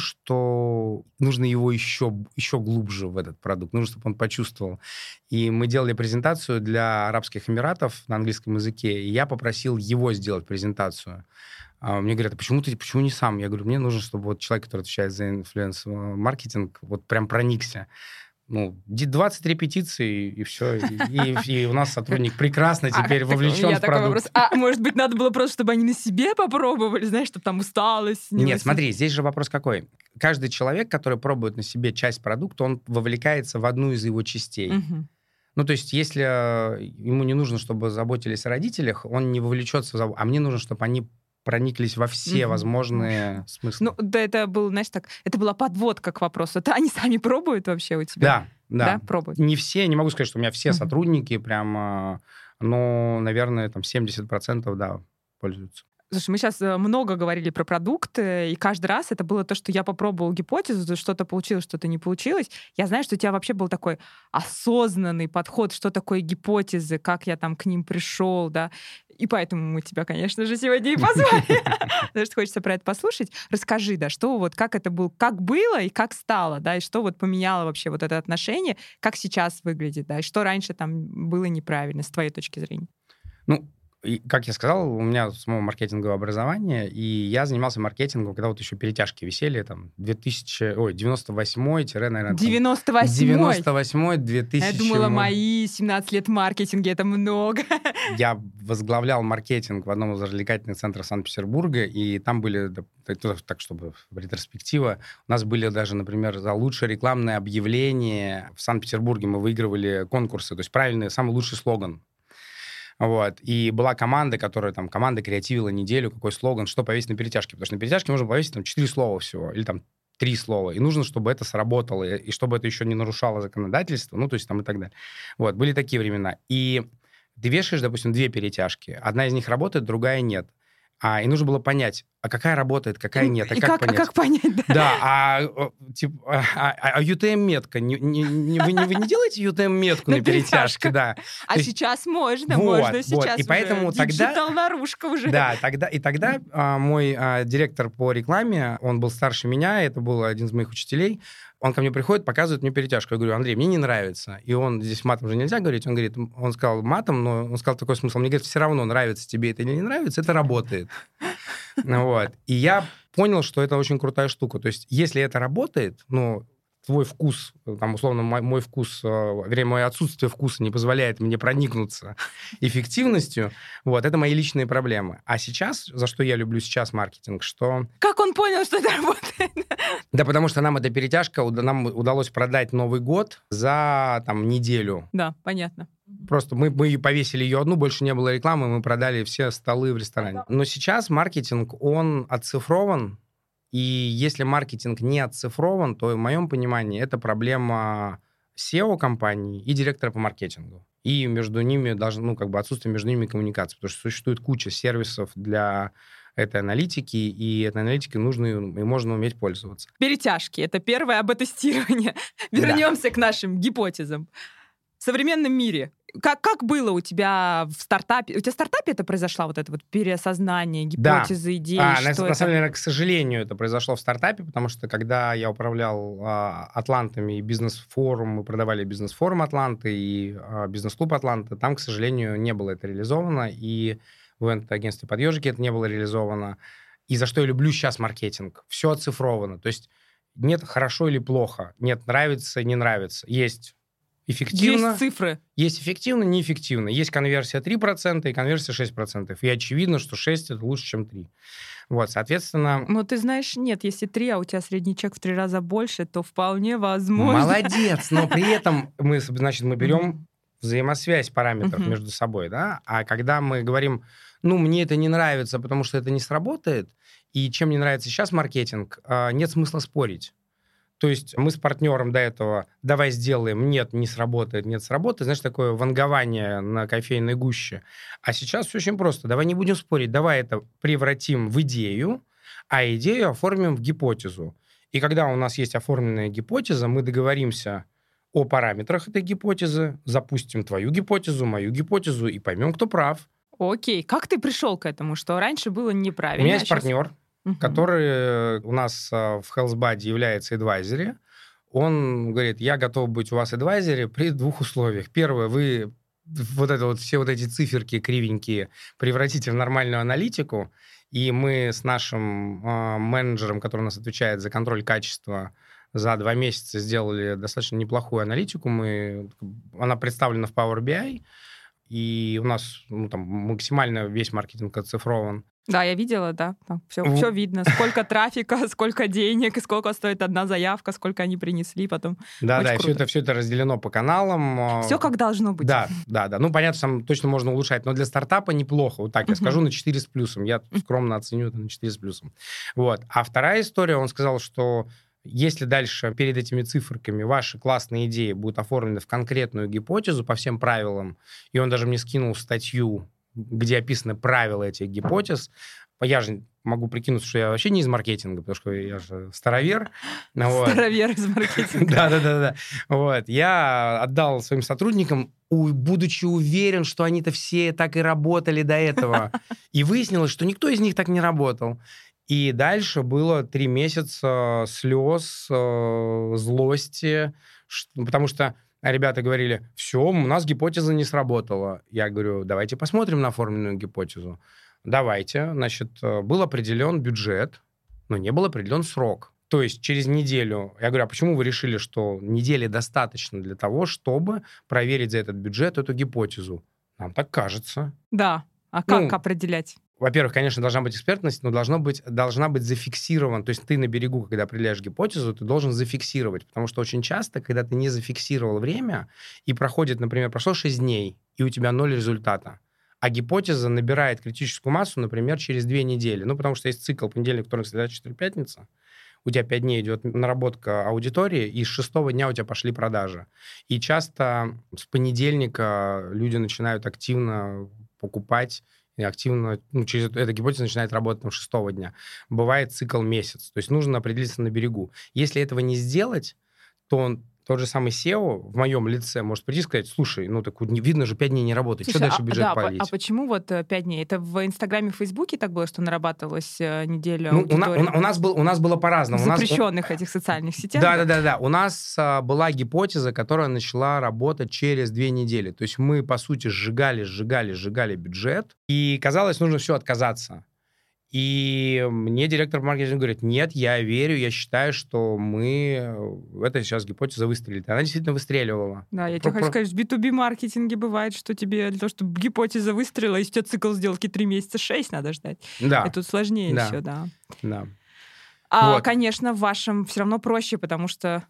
S1: что нужно его еще, еще глубже в этот продукт, нужно, чтобы он почувствовал. И мы делали презентацию для Арабских Эмиратов на английском языке, и я попросил его сделать презентацию. Мне говорят, а почему ты, почему не сам? Я говорю, мне нужно, чтобы вот человек, который отвечает за инфлюенс-маркетинг, вот прям проникся. Ну, двадцать репетиций, и все. И, и у нас сотрудник прекрасно теперь а, вовлечен
S2: так,
S1: в продукт.
S2: Вопрос. А может быть, надо было просто, чтобы они на себе попробовали, знаешь, чтобы там усталость?
S1: Не Нет, смотри, здесь же вопрос какой. Каждый человек, который пробует на себе часть продукта, он вовлекается в одну из его частей.
S2: Угу.
S1: Ну, то есть, если ему не нужно, чтобы заботились о родителях, он не вовлечется в... А мне нужно, чтобы они прониклись во все mm-hmm. возможные смыслы.
S2: Ну, да, это был, знаешь, так, это была подводка к вопросу. Это они сами пробуют вообще у тебя?
S1: Да, да.
S2: Да, пробуют.
S1: Не все, не могу сказать, что у меня все mm-hmm. сотрудники прям, ну, наверное, там семьдесят процентов, да, пользуются.
S2: Слушай, мы сейчас много говорили про продукты, и каждый раз это было то, что я попробовал гипотезу, что-то получилось, что-то не получилось. Я знаю, что у тебя вообще был такой осознанный подход, что такое гипотезы, как я там к ним пришел, да. И поэтому мы тебя, конечно же, сегодня и позвали. Потому что хочется про это послушать. Расскажи, да, что вот, как это было, как было и как стало, да, и что вот поменяло вообще вот это отношение, как сейчас выглядит, да, и что раньше там было неправильно, с твоей точки зрения.
S1: Ну, И, как я сказал, у меня самого маркетинговое образование, и я занимался маркетингом, когда вот еще перетяжки висели, там, две тысячи, ой, девяносто восьмой, наверное...
S2: девяносто восьмой?
S1: девяносто восьмой, две тысячи...
S2: Я думала, мои семнадцать лет в маркетинге, это много.
S1: Я возглавлял маркетинг в одном из развлекательных центров Санкт-Петербурга, и там были, так чтобы ретроспектива, у нас были даже, например, за лучшее рекламное объявление в Санкт-Петербурге мы выигрывали конкурсы, то есть правильный, самый лучший слоган. Вот. И была команда, которая там, команда креативила неделю, какой слоган, что повесить на перетяжке. Потому что на перетяжке можно повесить там четыре слова всего, или там три слова. И нужно, чтобы это сработало, и чтобы это еще не нарушало законодательство, ну, то есть там и так далее. Вот. Были такие времена. И ты вешаешь, допустим, две перетяжки. Одна из них работает, другая нет. А, и нужно было понять, а какая работает, какая нет. А
S2: и
S1: как,
S2: как,
S1: понять?
S2: А как понять, да?
S1: Да, а, типа, а, а ю ти эм-метка, не, не, не, вы, не, вы не делаете ю ти эм-метку на перетяжке? Да.
S2: А
S1: есть,
S2: сейчас можно,
S1: вот,
S2: можно сейчас
S1: вот. И
S2: уже.
S1: поэтому
S2: Диджитал наружка уже.
S1: Да, тогда, и тогда а, мой а, директор по рекламе, он был старше меня, это был один из моих учителей, он ко мне приходит, показывает мне перетяжку. Я говорю, Андрей, мне не нравится. И он, здесь матом уже нельзя говорить, он говорит, он сказал матом, но он сказал такой смысл, мне говорит, все равно, нравится тебе это или не нравится, это работает. Вот. И я понял, что это очень крутая штука. То есть, если это работает, ну, твой вкус, там, условно, мой, мой вкус, вернее, мое отсутствие вкуса не позволяет мне проникнуться эффективностью, вот, это мои личные проблемы. А сейчас, за что я люблю сейчас маркетинг, что...
S2: Как он понял, что это работает?
S1: Да, потому что нам эта перетяжка, нам удалось продать Новый год за, там, неделю.
S2: Да, понятно.
S1: Просто мы, мы повесили ее одну, больше не было рекламы, мы продали все столы в ресторане. Но сейчас маркетинг, он оцифрован, и если маркетинг не оцифрован, то, в моем понимании, это проблема сео-компании и директора по маркетингу. И между ними должно, ну, как бы отсутствие между ними коммуникации, потому что существует куча сервисов для этой аналитики, и этой аналитикой нужно и можно уметь пользоваться.
S2: Перетяжки. Это первое АБ-тестирование. Вернемся да. к нашим гипотезам. В современном мире, как, как было у тебя в стартапе? У тебя в стартапе это произошло, вот это вот переосознание, гипотезы,
S1: да.
S2: идеи?
S1: А,
S2: что
S1: на,
S2: это?
S1: на самом деле, к сожалению, это произошло в стартапе, потому что когда я управлял а, Атлантами и бизнес-форум, мы продавали бизнес-форум Атланты и а, бизнес-клуб Атланты, там, к сожалению, не было это реализовано, и в ивент-агентстве под ежики это не было реализовано. И за что я люблю сейчас маркетинг. Все оцифровано. То есть нет хорошо или плохо, нет нравится, не нравится. Есть эффективно.
S2: Есть цифры.
S1: Есть эффективно, неэффективно. Есть конверсия три процента и конверсия шесть процентов. И очевидно, что шесть это лучше, чем три. Вот, соответственно...
S2: Но ты знаешь, нет, если три, а у тебя средний чек в три раза больше, то вполне возможно.
S1: Молодец, но при этом мы, значит, мы берем взаимосвязь параметров uh-huh. между собой, да, а когда мы говорим, ну, мне это не нравится, потому что это не сработает, и чем мне нравится сейчас маркетинг, нет смысла спорить. То есть мы с партнером до этого давай сделаем, нет, не сработает, нет, сработает. Знаешь, такое вангование на кофейной гуще. А сейчас все очень просто. Давай не будем спорить, давай это превратим в идею, а идею оформим в гипотезу. И когда у нас есть оформленная гипотеза, мы договоримся о параметрах этой гипотезы, запустим твою гипотезу, мою гипотезу и поймем, кто прав.
S2: Окей. Как ты пришел к этому, что раньше было неправильно?
S1: У меня есть
S2: а сейчас...
S1: партнер, Uh-huh. который у нас в HealthBuddy является адвайзери. Он говорит, я готов быть у вас адвайзери при двух условиях. Первое, вы вот это вот, все вот эти циферки кривенькие превратите в нормальную аналитику, и мы с нашим э, менеджером, который у нас отвечает за контроль качества, за два месяца сделали достаточно неплохую аналитику. Мы, она представлена в Power би ай, и у нас ну, там, максимально весь маркетинг оцифрован.
S2: Да, я видела, да. Там все, все видно. Сколько трафика, сколько денег, и сколько стоит одна заявка, сколько они принесли потом.
S1: Да,
S2: Очень
S1: да,
S2: круто.
S1: все это, все это разделено по каналам.
S2: Все как должно быть.
S1: Да, да, да. Ну, понятно, что там точно можно улучшать, но для стартапа неплохо. Вот так я uh-huh. скажу, на четыре с плюсом. Я скромно оценю это на четыре с плюсом. Вот. А вторая история, он сказал, что если дальше перед этими циферками ваши классные идеи будут оформлены в конкретную гипотезу по всем правилам, и он даже мне скинул статью, где описаны правила этих гипотез. Я же могу прикинуть, что я вообще не из маркетинга, потому что я же старовер. Вот.
S2: Старовер из маркетинга.
S1: Да-да-да. Вот. Я отдал своим сотрудникам, будучи уверен, что они-то все так и работали до этого. И выяснилось, что никто из них так не работал. И дальше было три месяца слез, злости, потому что А ребята говорили, все, у нас гипотеза не сработала. Я говорю, давайте посмотрим на оформленную гипотезу. Давайте. Значит, был определен бюджет, но не был определен срок. То есть через неделю... Я говорю, а почему вы решили, что недели достаточно для того, чтобы проверить за этот бюджет эту гипотезу? Нам так кажется.
S2: Да. А как
S1: Ну,
S2: определять?
S1: Во-первых, конечно, должна быть экспертность, но должно быть, должна быть зафиксирован. То есть ты на берегу, когда определяешь гипотезу, ты должен зафиксировать. Потому что очень часто, когда ты не зафиксировал время, и проходит, например, прошло шесть дней, и у тебя ноль результата, а гипотеза набирает критическую массу, например, через две недели. Ну, потому что есть цикл понедельник, вторник, среда, четверг, пятница. У тебя пять дней идет наработка аудитории, и с шестого дня у тебя пошли продажи. И часто с понедельника люди начинают активно покупать, и активно, ну, через эту, эта гипотеза начинает работать там, шестого дня. Бывает цикл месяц. То есть нужно определиться на берегу. Если этого не сделать, то он, тот же самый сео в моем лице может прийти и сказать, слушай, ну так видно же, пять дней не работает.
S2: Слушай,
S1: что дальше
S2: а,
S1: бюджет
S2: да,
S1: палить?
S2: А почему вот пять дней? Это в Инстаграме, в Фейсбуке так было, что нарабатывалась неделя
S1: Ну,
S2: аудитории?
S1: у, на, у, нас был, у нас было по-разному.
S2: В запрещенных у нас, этих социальных сетях?
S1: Да-да-да. У нас а, была гипотеза, которая начала работать через две недели. То есть мы, по сути, сжигали, сжигали, сжигали бюджет, и казалось, нужно все отказаться. И мне директор по маркетингу говорит, нет, я верю, я считаю, что мы... Это сейчас гипотеза выстрелит. Она действительно выстреливала.
S2: Да, я тебе хочу сказать, в би ту би-маркетинге бывает, что тебе для того, чтобы гипотеза выстрелила, если у тебя цикл сделки три месяца, шесть надо ждать.
S1: Да.
S2: И тут сложнее
S1: да.
S2: все, да.
S1: Да.
S2: А,
S1: вот.
S2: Конечно, в вашем все равно проще, потому что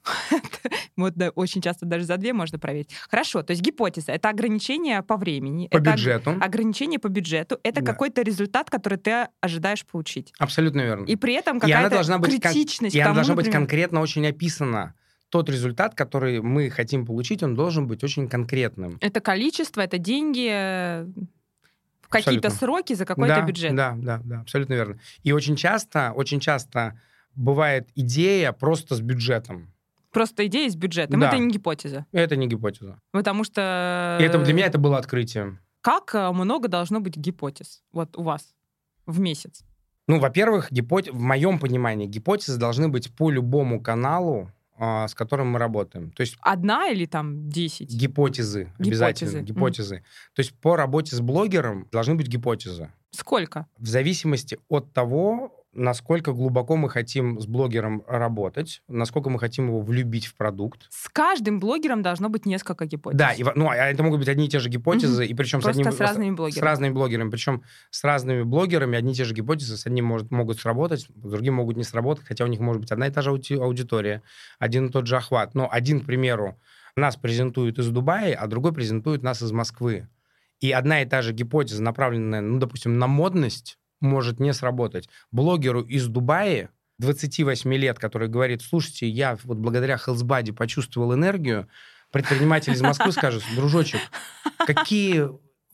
S2: вот да, очень часто даже за две можно проверить. Хорошо, то есть гипотеза — это ограничение по времени.
S1: По
S2: это
S1: бюджету.
S2: ог- ограничение по бюджету. Это
S1: да.
S2: какой-то результат, который ты ожидаешь получить.
S1: Абсолютно верно.
S2: И при этом
S1: и она
S2: какая-то
S1: должна быть
S2: критичность.
S1: Кон... И
S2: к
S1: она
S2: тому,
S1: должна
S2: например...
S1: быть конкретно очень описана. Тот результат, который мы хотим получить, он должен быть очень конкретным.
S2: Это количество, это деньги... Какие-то сроки за какой-то
S1: да,
S2: бюджет.
S1: Да, да, да, абсолютно верно. И очень часто, очень часто бывает идея просто с бюджетом.
S2: Просто идея с бюджетом.
S1: Да.
S2: Это не гипотеза.
S1: Это не гипотеза.
S2: Потому что...
S1: И это для меня это было открытием.
S2: Как много должно быть гипотез вот у вас в месяц?
S1: Ну, во-первых, гипот... в моем понимании гипотезы должны быть по любому каналу, а, с которым мы работаем. То есть
S2: одна или там десять?
S1: Гипотезы, обязательно.
S2: Гипотезы.
S1: Гипотезы. Mm. То есть по работе с блогером должны быть гипотезы.
S2: Сколько?
S1: В зависимости от того, насколько глубоко мы хотим с блогером работать, насколько мы хотим его влюбить в продукт.
S2: С каждым блогером должно быть несколько гипотез.
S1: Да, и, ну, это могут быть одни и те же гипотезы, mm-hmm. и причем
S2: Просто
S1: с, одним,
S2: с разными блогерами.
S1: С разными блогерами. Причем с разными блогерами одни и те же гипотезы с одним может, могут сработать, с другим могут не сработать, хотя у них может быть одна и та же аудитория, один и тот же охват. Но один, к примеру, нас презентует из Дубая, а другой презентует нас из Москвы. И одна и та же гипотеза, направленная, ну, допустим, на модность, может не сработать. Блогеру из Дубая, двадцати восьми лет, который говорит, слушайте, я вот благодаря HealthBuddy почувствовал энергию, предприниматель из Москвы скажет, дружочек, какие,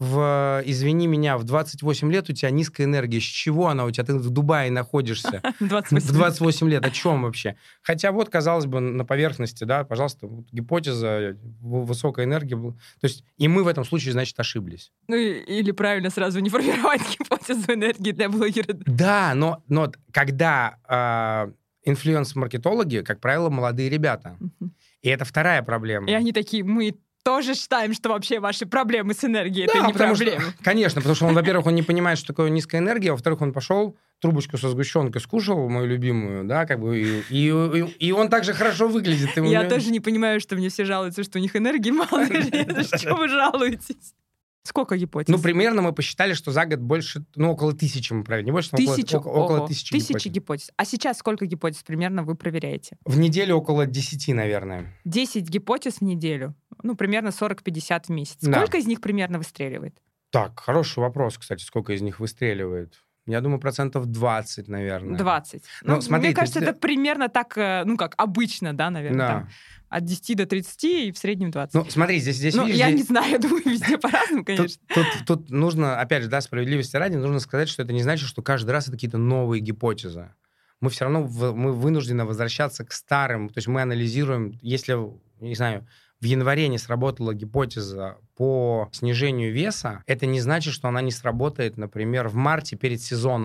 S1: в, извини меня, в двадцать восемь лет у тебя низкая энергия, с чего она у тебя? Ты в Дубае находишься.
S2: двадцать восемь.
S1: В двадцать восемь лет. О чем вообще? Хотя вот, казалось бы, на поверхности, да, пожалуйста, вот гипотеза, высокая энергия. То есть и мы в этом случае, значит, ошиблись.
S2: Ну или правильно сразу не формировать гипотезу энергии для блогера.
S1: Да, но, но когда э, инфлюенс-маркетологи, как правило, молодые ребята. Uh-huh. И это вторая проблема.
S2: И они такие, мы тоже считаем, что вообще ваши проблемы с энергией да, это не проблемы.
S1: Что, конечно, потому что он, во-первых, он не понимает, что такое низкая энергия, а во-вторых, он пошел, трубочку со сгущенкой скушал, мою любимую, да, как бы, и, и, и, и он также хорошо выглядит.
S2: Я меня... тоже не понимаю, что мне все жалуются, что у них энергии мало. Что вы жалуетесь? Сколько гипотез?
S1: Ну, примерно мы посчитали, что за год больше, ну, около тысячи мы проверили. Не больше,
S2: Тысячу?
S1: около, около тысячи гипотез.
S2: Тысячи гипотез. А сейчас сколько гипотез примерно вы проверяете?
S1: В неделю около десяти, наверное.
S2: десять гипотез в неделю. Ну, примерно сорок-пятьдесят в месяц.
S1: Да.
S2: Сколько из них примерно выстреливает?
S1: Так, хороший вопрос, кстати, сколько из них выстреливает. Я думаю, процентов двадцать, наверное.
S2: двадцать. Ну,
S1: ну, смотри,
S2: мне кажется,
S1: ты...
S2: это примерно так, ну, как обычно, да, наверное,
S1: да.
S2: там, от десяти до тридцати и в среднем двадцать.
S1: Ну, смотри, здесь... здесь
S2: ну,
S1: видишь,
S2: я
S1: здесь...
S2: не знаю, я думаю, везде по-разному, конечно.
S1: Тут, тут, тут нужно, опять же, да, справедливости ради, нужно сказать, что это не значит, что каждый раз это какие-то новые гипотезы. Мы все равно в, мы вынуждены возвращаться к старым, то есть мы анализируем, если, не знаю, в январе не сработала гипотеза по снижению веса, это не значит, что она не сработает, например, в марте перед сезоном.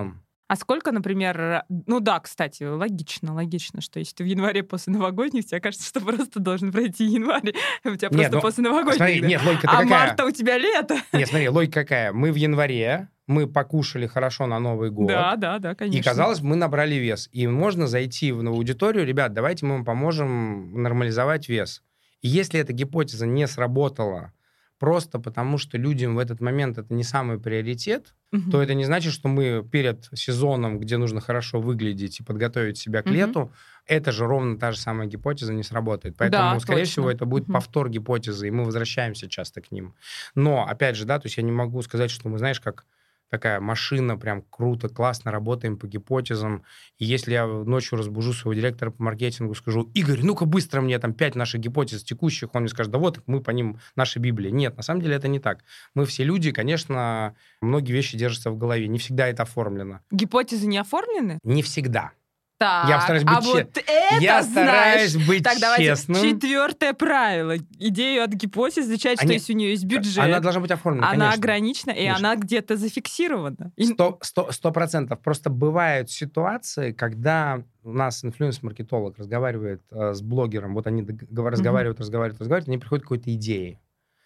S2: А сколько, например... Ну да, кстати, логично, логично, что если ты в январе после новогодних, тебе кажется, что просто должен пройти январь. У тебя
S1: Нет,
S2: просто
S1: ну,
S2: после новогодних.
S1: смотри,
S2: да.
S1: нет, логика-то
S2: А
S1: какая?
S2: марта у тебя лето.
S1: Нет, смотри, логика какая? Мы в январе, мы покушали хорошо на Новый год.
S2: Да, да, да, конечно.
S1: И, казалось, мы набрали вес. И можно зайти в аудиторию, ребят, давайте мы вам поможем нормализовать вес. И если эта гипотеза не сработала, просто потому что людям в этот момент это не самый приоритет,
S2: Мгм.
S1: то это не значит, что мы перед сезоном, где нужно хорошо выглядеть и подготовить себя к
S2: Мгм.
S1: лету, это же ровно та же самая гипотеза не сработает. Поэтому,
S2: Да,
S1: скорее
S2: точно.
S1: всего, это будет
S2: Мгм.
S1: повтор гипотезы, и мы возвращаемся часто к ним. Но, опять же, да, то есть я не могу сказать, что мы, знаешь, как такая машина, прям круто, классно работаем по гипотезам. И если я ночью разбужу своего директора по маркетингу, скажу: Игорь, ну-ка быстро мне там пять наших гипотез текущих, он мне скажет: да вот, мы по ним, наша Библия. Нет, на самом деле это не так. Мы все люди, конечно, многие вещи держатся в голове. Не всегда это оформлено.
S2: Гипотезы не оформлены?
S1: Не всегда.
S2: Так,
S1: Я стараюсь
S2: а
S1: быть че-
S2: вот это
S1: Я
S2: знаешь.
S1: стараюсь быть
S2: Так, давайте
S1: честным.
S2: четвертое правило. Идею от гипотез изучать, что
S1: Они-
S2: если у нее есть бюджет,
S1: Она должна быть оформлена,
S2: она
S1: конечно.
S2: ограничена, и
S1: Конечно.
S2: она где-то зафиксирована. И-
S1: Сто, сто, сто процентов. Просто бывают ситуации, когда у нас инфлюенс-маркетолог разговаривает э, с блогером, вот они дог- гов- разговаривают, разговаривают, разговаривают, они приходят к какой-то идее,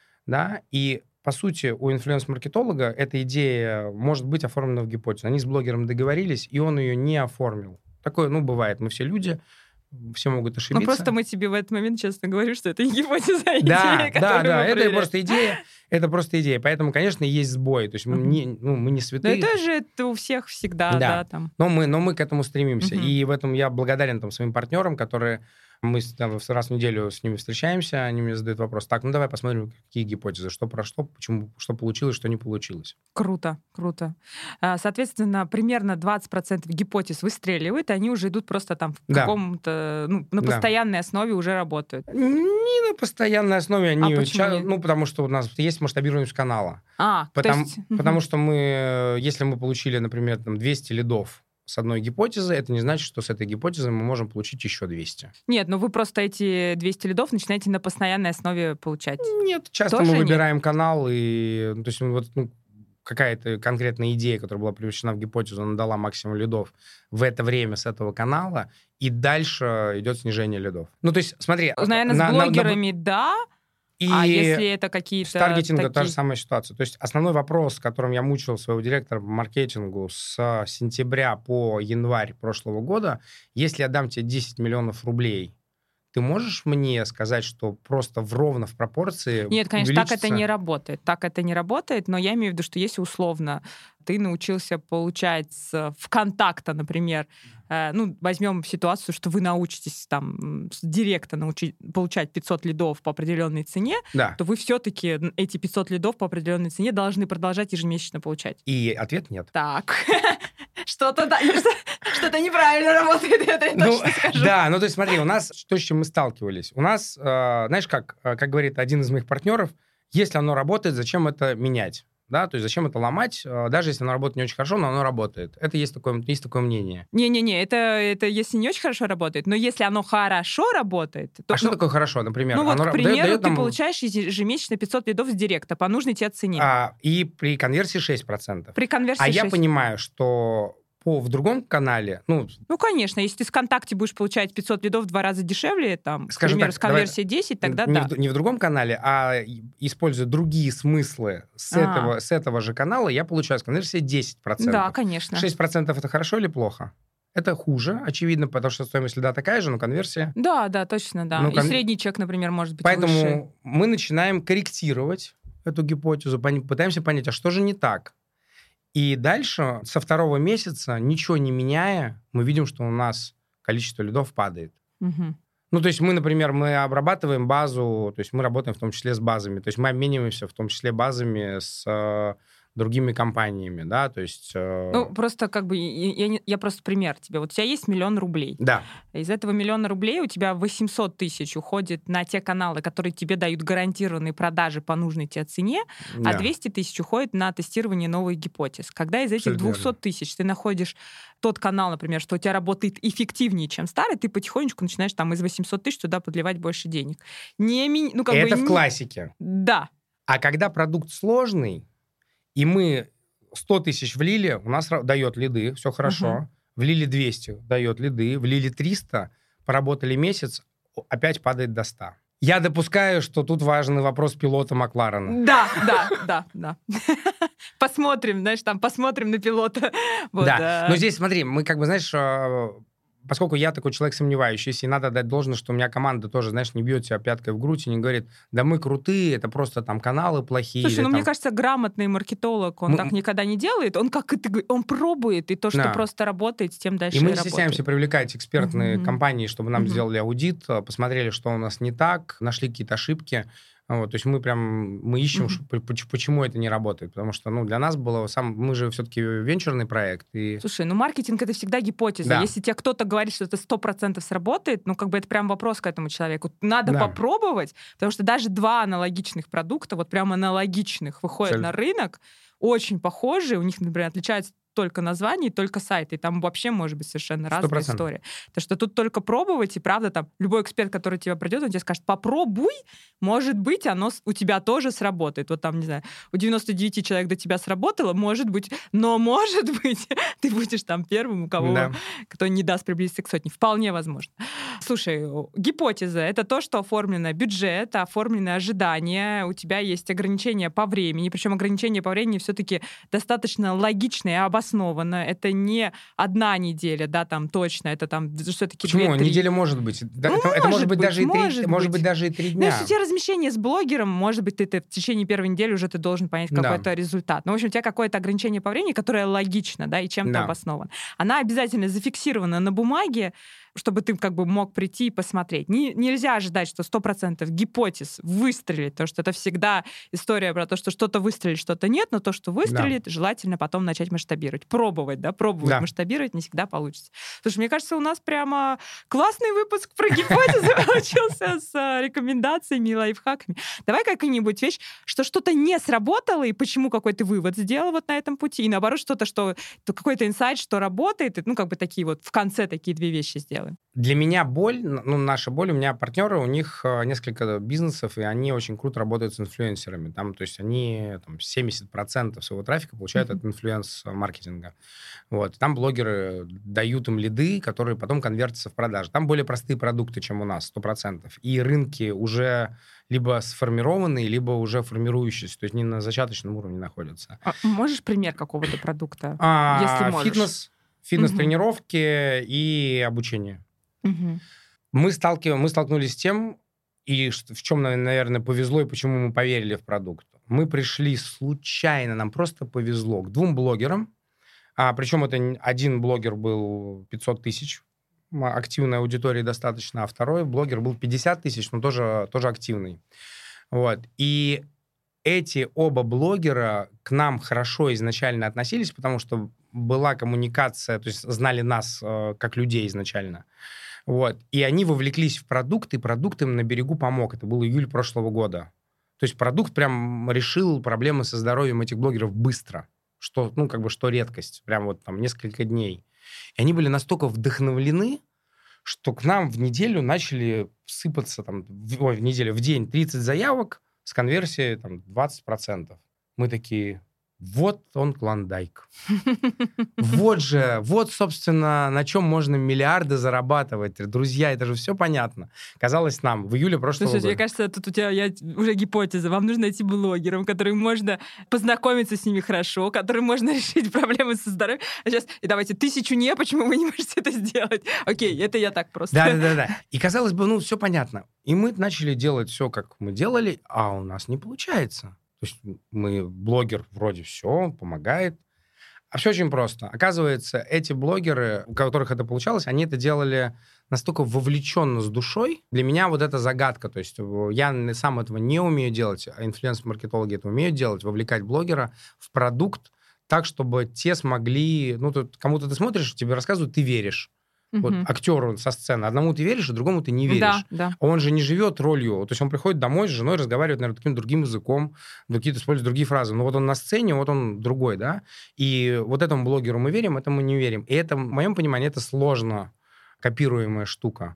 S1: да, и по сути у инфлюенс-маркетолога эта идея может быть оформлена в гипотезу. Они с блогером договорились, и он ее не оформил. Такое, ну, бывает, мы все люди, все могут ошибиться.
S2: Ну, просто мы тебе в этот момент честно говорим, что это не гипотеза, а
S1: Да,
S2: идея,
S1: да,
S2: которую
S1: да,
S2: мы
S1: это
S2: проверяем.
S1: просто идея, это просто идея. Поэтому, конечно, есть сбой. То есть мы,
S2: Мгм.
S1: не, ну, мы не
S2: Но
S1: святые.
S2: это же это у всех всегда,
S1: Да.
S2: да, там.
S1: Но мы, но мы к этому стремимся.
S2: Мгм.
S1: И в этом я благодарен там, своим партнерам, которые... Мы с- там, раз в неделю с ними встречаемся, они мне задают вопрос: так, ну давай посмотрим, какие гипотезы, что прошло, почему, что получилось, что не получилось.
S2: Круто, круто. А, Соответственно, примерно двадцать процентов гипотез выстреливают, и они уже идут просто там в
S1: Да.
S2: каком-то, ну, на
S1: Да.
S2: постоянной основе уже работают.
S1: Не на постоянной основе они...
S2: А почему
S1: ча-
S2: нет?
S1: Ну, потому что у нас есть масштабируемость канала.
S2: А,
S1: Потому,
S2: то есть... мгм.
S1: потому что мы, э, если мы получили, например, там, двести лидов с одной гипотезы, это не значит, что с этой гипотезой мы можем получить еще двести.
S2: Нет, ну вы просто эти двести лидов начинаете на постоянной основе получать.
S1: Нет, часто
S2: Тоже
S1: мы
S2: нет?
S1: выбираем канал, и ну, то есть ну, вот ну, какая-то конкретная идея, которая была превращена в гипотезу, она дала максимум лидов в это время с этого канала, и дальше идет снижение лидов. Ну, то есть, смотри...
S2: Наверное,
S1: на-
S2: с
S1: на- на-
S2: блогерами, да,
S1: и
S2: а если это
S1: с
S2: какие-то
S1: таргетингом та же
S2: такие...
S1: самая ситуация. То есть основной вопрос, с которым я мучил своего директора по маркетингу с сентября по январь прошлого года: если я дам тебе десять миллионов рублей, ты можешь мне сказать, что просто в ровно в пропорции
S2: Нет, конечно, так это
S1: увеличится-
S2: не работает. Так это не работает, но я имею в виду, что если условно ты научился получать с ВКонтакта, например, э, ну, возьмем ситуацию, что вы научитесь там м, с директа научить, получать пятьсот лидов по определенной цене,
S1: Да.
S2: то вы все-таки эти пятьсот лидов по определенной цене должны продолжать ежемесячно получать.
S1: И ответ нет.
S2: Так, что-то да, что-то неправильно работает, это я
S1: Ну,
S2: точно скажу.
S1: да, ну то есть смотри, у нас, то, с чем мы сталкивались, у нас, э, знаешь, как, э, как говорит один из моих партнеров, если оно работает, зачем это менять? Да, то есть зачем это ломать, э, даже если оно работает не очень хорошо, но оно работает. Это есть такое, есть такое мнение.
S2: Не-не-не, это, это если не очень хорошо работает, но если оно хорошо работает, то...
S1: А что
S2: ну,
S1: такое хорошо, например?
S2: Ну вот,
S1: Оно
S2: к
S1: ра-
S2: примеру,
S1: дает- дает
S2: ты
S1: нам,
S2: получаешь ежемесячно пятьсот лидов с директа по нужной тебе цене.
S1: а, и при конверсии шесть процентов.
S2: При конверсии
S1: А я
S2: шесть.
S1: понимаю, что по, в другом канале, ну,
S2: Ну, конечно, если ты с ВКонтакте будешь получать пятьсот лидов в два раза дешевле, там,
S1: Скажем
S2: к примеру,
S1: так,
S2: с конверсией десять, тогда
S1: не,
S2: да.
S1: в, не в другом канале, а и- используя другие смыслы с,
S2: А.
S1: этого, с этого же канала, я получаю с конверсией десять процентов.
S2: Да, конечно.
S1: шесть процентов это хорошо или плохо? Это хуже, очевидно, потому что стоимость лида такая же, но конверсия.
S2: Да, да, точно, да.
S1: Ну,
S2: И
S1: кон-
S2: средний чек, например, может быть
S1: Поэтому
S2: выше.
S1: мы начинаем корректировать эту гипотезу, пони- пытаемся понять, а что же не так. И дальше, со второго месяца, ничего не меняя, мы видим, что у нас количество лидов падает.
S2: Мгм.
S1: Ну, то есть мы, например, мы обрабатываем базу, то есть мы работаем в том числе с базами, то есть мы обмениваемся в том числе базами с э, другими компаниями, да, то есть... э,
S2: Ну, просто как бы, я, я не- я просто пример тебе. Вот у тебя есть миллион рублей.
S1: да,
S2: Из этого миллиона рублей у тебя восемьсот тысяч уходит на те каналы, которые тебе дают гарантированные продажи по нужной тебе цене, а
S1: да.
S2: двести тысяч уходит на тестирование новых гипотез. Когда из этих
S1: Абсолютно
S2: двухсот тысяч ты находишь тот канал, например, что у тебя работает эффективнее, чем старый, ты потихонечку начинаешь там из восьмисот тысяч туда подливать больше денег. Не, ми- ну, как бы
S1: Это в
S2: не-
S1: классике.
S2: Да.
S1: А когда продукт сложный, и мы сто тысяч влили, у нас дает лиды, все хорошо. Uh-huh. Влили двести, дает лиды. Влили триста, поработали месяц, опять падает до ста. Я допускаю, что тут важный вопрос пилота Макларена.
S2: Да, да, да, да. Посмотрим, знаешь, там, посмотрим на пилота. Вот,
S1: да,
S2: да,
S1: но здесь, смотри, мы как бы, знаешь, поскольку я такой человек сомневающийся, и надо дать должное, что у меня команда тоже, знаешь, не бьет себя пяткой в грудь и не говорит, да мы крутые, это просто там каналы плохие.
S2: Слушай, ну
S1: там...
S2: мне кажется, грамотный маркетолог, он мы... так никогда не делает, он как ты, он пробует, и то, что да. просто работает, с тем дальше и
S1: мы не
S2: работает.
S1: стесняемся привлекать экспертные uh-huh. компании, чтобы нам uh-huh. сделали аудит, посмотрели, что у нас не так, нашли какие-то ошибки. Вот, то есть мы прям мы ищем, mm-hmm. почему это не работает. Потому что ну, для нас было... Сам, мы же все-таки венчурный проект. И...
S2: Слушай, ну маркетинг — это всегда гипотеза. Да. Если тебе кто-то говорит, что это сто процентов сработает, ну как бы это прям вопрос к этому человеку. Надо да. попробовать, потому что даже два аналогичных продукта, вот прям аналогичных, выходят Цель. на рынок, очень похожие, у них, например, отличаются только название, только сайт, и там вообще может быть совершенно разная сто процентов. История. Так что тут только пробовать, и правда, там любой эксперт, который тебя придет, он тебе скажет, попробуй, может быть, оно у тебя тоже сработает. Вот там, не знаю, у девяноста девяти человек до тебя сработало, может быть, но может быть, ты будешь там первым, у кого, да. кто не даст приблизиться к сотне. Вполне возможно. Слушай, гипотеза — это то, что оформлено бюджет, оформлены ожидания, у тебя есть ограничения по времени, причем ограничения по времени все-таки достаточно логичные и обоснованные. Это не одна неделя, да, там точно, это там все-таки
S1: Почему?
S2: две-три.
S1: Неделя может быть. Да,
S2: ну,
S1: это
S2: может,
S1: это может быть,
S2: быть
S1: даже
S2: может
S1: и три,
S2: быть.
S1: может быть даже и три дня.
S2: Ну, если у тебя размещение с блогером, может быть, ты, ты в течение первой недели уже ты должен понять какой-то да. результат. Но, в общем, у тебя какое-то ограничение по времени, которое логично, да, и чем-то да. обосновано. Она обязательно зафиксирована на бумаге, чтобы ты как бы мог прийти и посмотреть. Не, нельзя ожидать, что сто процентов гипотез выстрелит, потому что это всегда история про то, что что-то выстрелит, что-то нет, но то, что выстрелит, да. желательно потом начать масштабировать. Пробовать, да, пробовать да. масштабировать не всегда получится. Слушай, мне кажется, у нас прямо классный выпуск про гипотезы получился с рекомендациями и лайфхаками. Давай какую-нибудь вещь, что что-то не сработало, и почему какой ты вывод сделал вот на этом пути, и наоборот, что-то, что какой-то инсайт, что работает, и, ну, как бы такие вот в конце такие две вещи сделаем.
S1: Для меня боль, ну, наша боль, у меня партнеры, у них несколько бизнесов, и они очень круто работают с инфлюенсерами. Там, то есть они там, семьдесят процентов своего трафика получают mm-hmm. от инфлюенс-маркетинга. Вот. Там блогеры дают им лиды, которые потом конвертятся в продажи. Там более простые продукты, чем у нас, сто процентов. И рынки уже либо сформированные, либо уже формирующиеся, то есть не на зачаточном уровне находятся.
S2: А можешь пример какого-то продукта,
S1: а,
S2: если можешь?
S1: Фитнес. Фитнес-тренировки uh-huh. и обучение.
S2: Uh-huh.
S1: Мы, сталкив... мы столкнулись с тем, и в чем, наверное, повезло, и почему мы поверили в продукт. Мы пришли случайно, нам просто повезло, к двум блогерам. А, причем это один блогер был пятьсот тысяч, активной аудитории достаточно, а второй блогер был пятьдесят тысяч, но тоже, тоже активный. Вот. И эти оба блогера к нам хорошо изначально относились, потому что была коммуникация, то есть знали нас э, как людей изначально. Вот. И они вовлеклись в продукт, и продукт им на берегу помог. Это был июль прошлого года. То есть продукт прям решил проблемы со здоровьем этих блогеров быстро, что, ну, как бы, что редкость. Прям вот там несколько дней. И они были настолько вдохновлены, что к нам в неделю начали сыпаться, там, в, ой, в неделю, в день тридцать заявок с конверсией там, двадцать процентов. Мы такие... Вот он клондайк. Вот же, вот, собственно, на чем можно миллиарды зарабатывать. Друзья, это же все понятно. Казалось нам в июле прошлого
S2: Слушай,
S1: года.
S2: Мне кажется, тут у тебя я, уже гипотеза. Вам нужно найти блогеров, которым можно познакомиться с ними хорошо, которым можно решить проблемы со здоровьем. А сейчас, и давайте, тысячу не, почему вы не можете это сделать? Окей, это я так просто.
S1: Да-да-да. И казалось бы, ну, все понятно. И мы начали делать все, как мы делали, а у нас не получается. То есть мы, блогер, вроде все, помогает. А все очень просто. Оказывается, эти блогеры, у которых это получалось, они это делали настолько вовлеченно с душой. Для меня вот это загадка. То есть я сам этого не умею делать, а инфлюенс-маркетологи это умеют делать, вовлекать блогера в продукт так, чтобы те смогли... Ну, тут кому-то ты смотришь, тебе рассказывают, ты веришь. Uh-huh. Вот актеру со сцены. Одному ты веришь, а другому ты не веришь.
S2: Да, да.
S1: Он же не живет ролью. То есть он приходит домой с женой, разговаривает, наверное, таким другим языком, какие-то использует другие фразы. Но вот он на сцене, вот он другой, да? И вот этому блогеру мы верим, этому не верим. И это, в моем понимании, это сложно копируемая штука.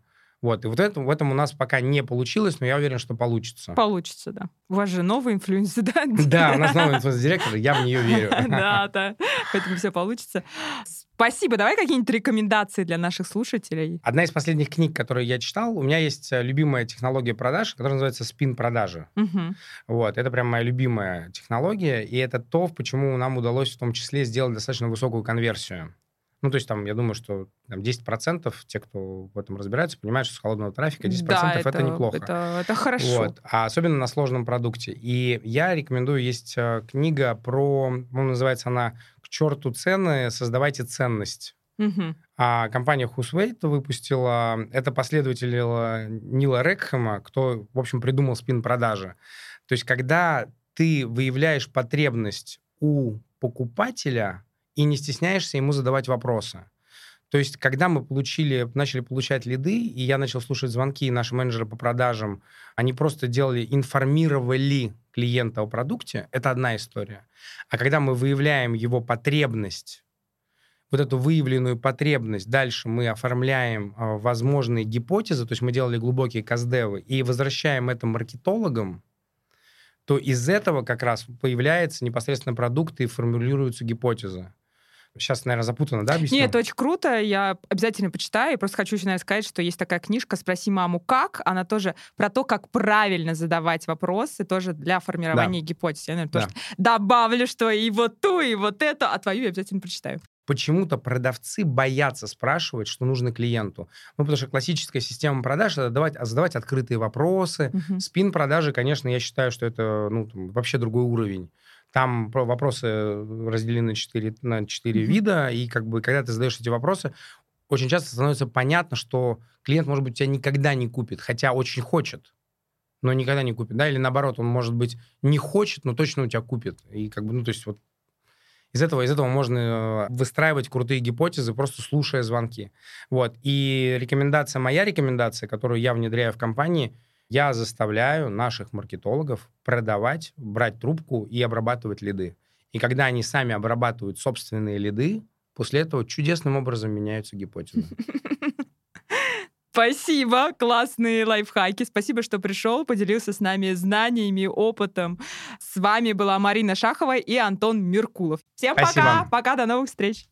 S1: Вот. И вот это, в этом у нас пока не получилось, но я уверен, что получится.
S2: Получится, да. У вас же новый инфлюенсер, да?
S1: Да, у нас новый инфлюенс-директор, я в нее верю.
S2: Да, да. Поэтому все получится. Спасибо. Давай какие-нибудь рекомендации для наших слушателей.
S1: Одна из последних книг, которые я читал, у меня есть любимая технология продаж, которая называется спин-продажи.
S2: Угу.
S1: Вот. Это прям моя любимая технология, и это то, почему нам удалось в том числе сделать достаточно высокую конверсию. Ну, то есть, там, я думаю, что там, десять процентов те, кто в этом разбирается, понимают, что с холодного трафика десять процентов да, это, это неплохо.
S2: Это, это хорошо.
S1: Вот. А особенно на сложном продукте. И я рекомендую, есть книга про, ну, называется она «К черту цены, создавайте ценность».
S2: Угу.
S1: А компания Whoswait выпустила, это последователь Нила Рекхэма, кто, в общем, придумал спин-продажи. То есть, когда ты выявляешь потребность у покупателя и не стесняешься ему задавать вопросы. То есть, когда мы получили, начали получать лиды, и я начал слушать звонки, и наши менеджеры по продажам, они просто делали, информировали клиента о продукте, это одна история. А когда мы выявляем его потребность, вот эту выявленную потребность, дальше мы оформляем э, возможные гипотезы, то есть мы делали глубокие каздевы, и возвращаем это маркетологам, то из этого как раз появляется непосредственно продукт и формулируются гипотезы. Сейчас, наверное, запутанно, да, объясню?
S2: Нет, это очень круто, я обязательно почитаю. Я просто хочу еще, наверное, сказать, что есть такая книжка «Спроси маму как». Она тоже про то, как правильно задавать вопросы, тоже для формирования да. гипотез. Я, наверное, да. тоже добавлю, что и вот ту, и вот эту, а твою я обязательно прочитаю.
S1: Почему-то продавцы боятся спрашивать, что нужно клиенту. Ну, потому что классическая система продаж — это давать, задавать открытые вопросы. Uh-huh. Спин-продажи, конечно, я считаю, что это ну, там, вообще другой уровень. Там вопросы разделены на четыре, на четыре mm-hmm. вида, и как бы, когда ты задаешь эти вопросы, очень часто становится понятно, что клиент, может быть, тебя никогда не купит, хотя очень хочет, но никогда не купит, да, или наоборот, он, может быть, не хочет, но точно у тебя купит. И как бы, ну, то есть вот из этого, из этого можно выстраивать крутые гипотезы, просто слушая звонки. Вот. И рекомендация, моя рекомендация, которую я внедряю в компании, я заставляю наших маркетологов продавать, брать трубку и обрабатывать лиды. И когда они сами обрабатывают собственные лиды, после этого чудесным образом меняются гипотезы.
S2: Спасибо, классные лайфхаки. Спасибо, что пришел, поделился с нами знаниями, опытом. С вами была Марина Шахова и Антон Меркулов. Всем Спасибо. Пока, пока, до новых встреч.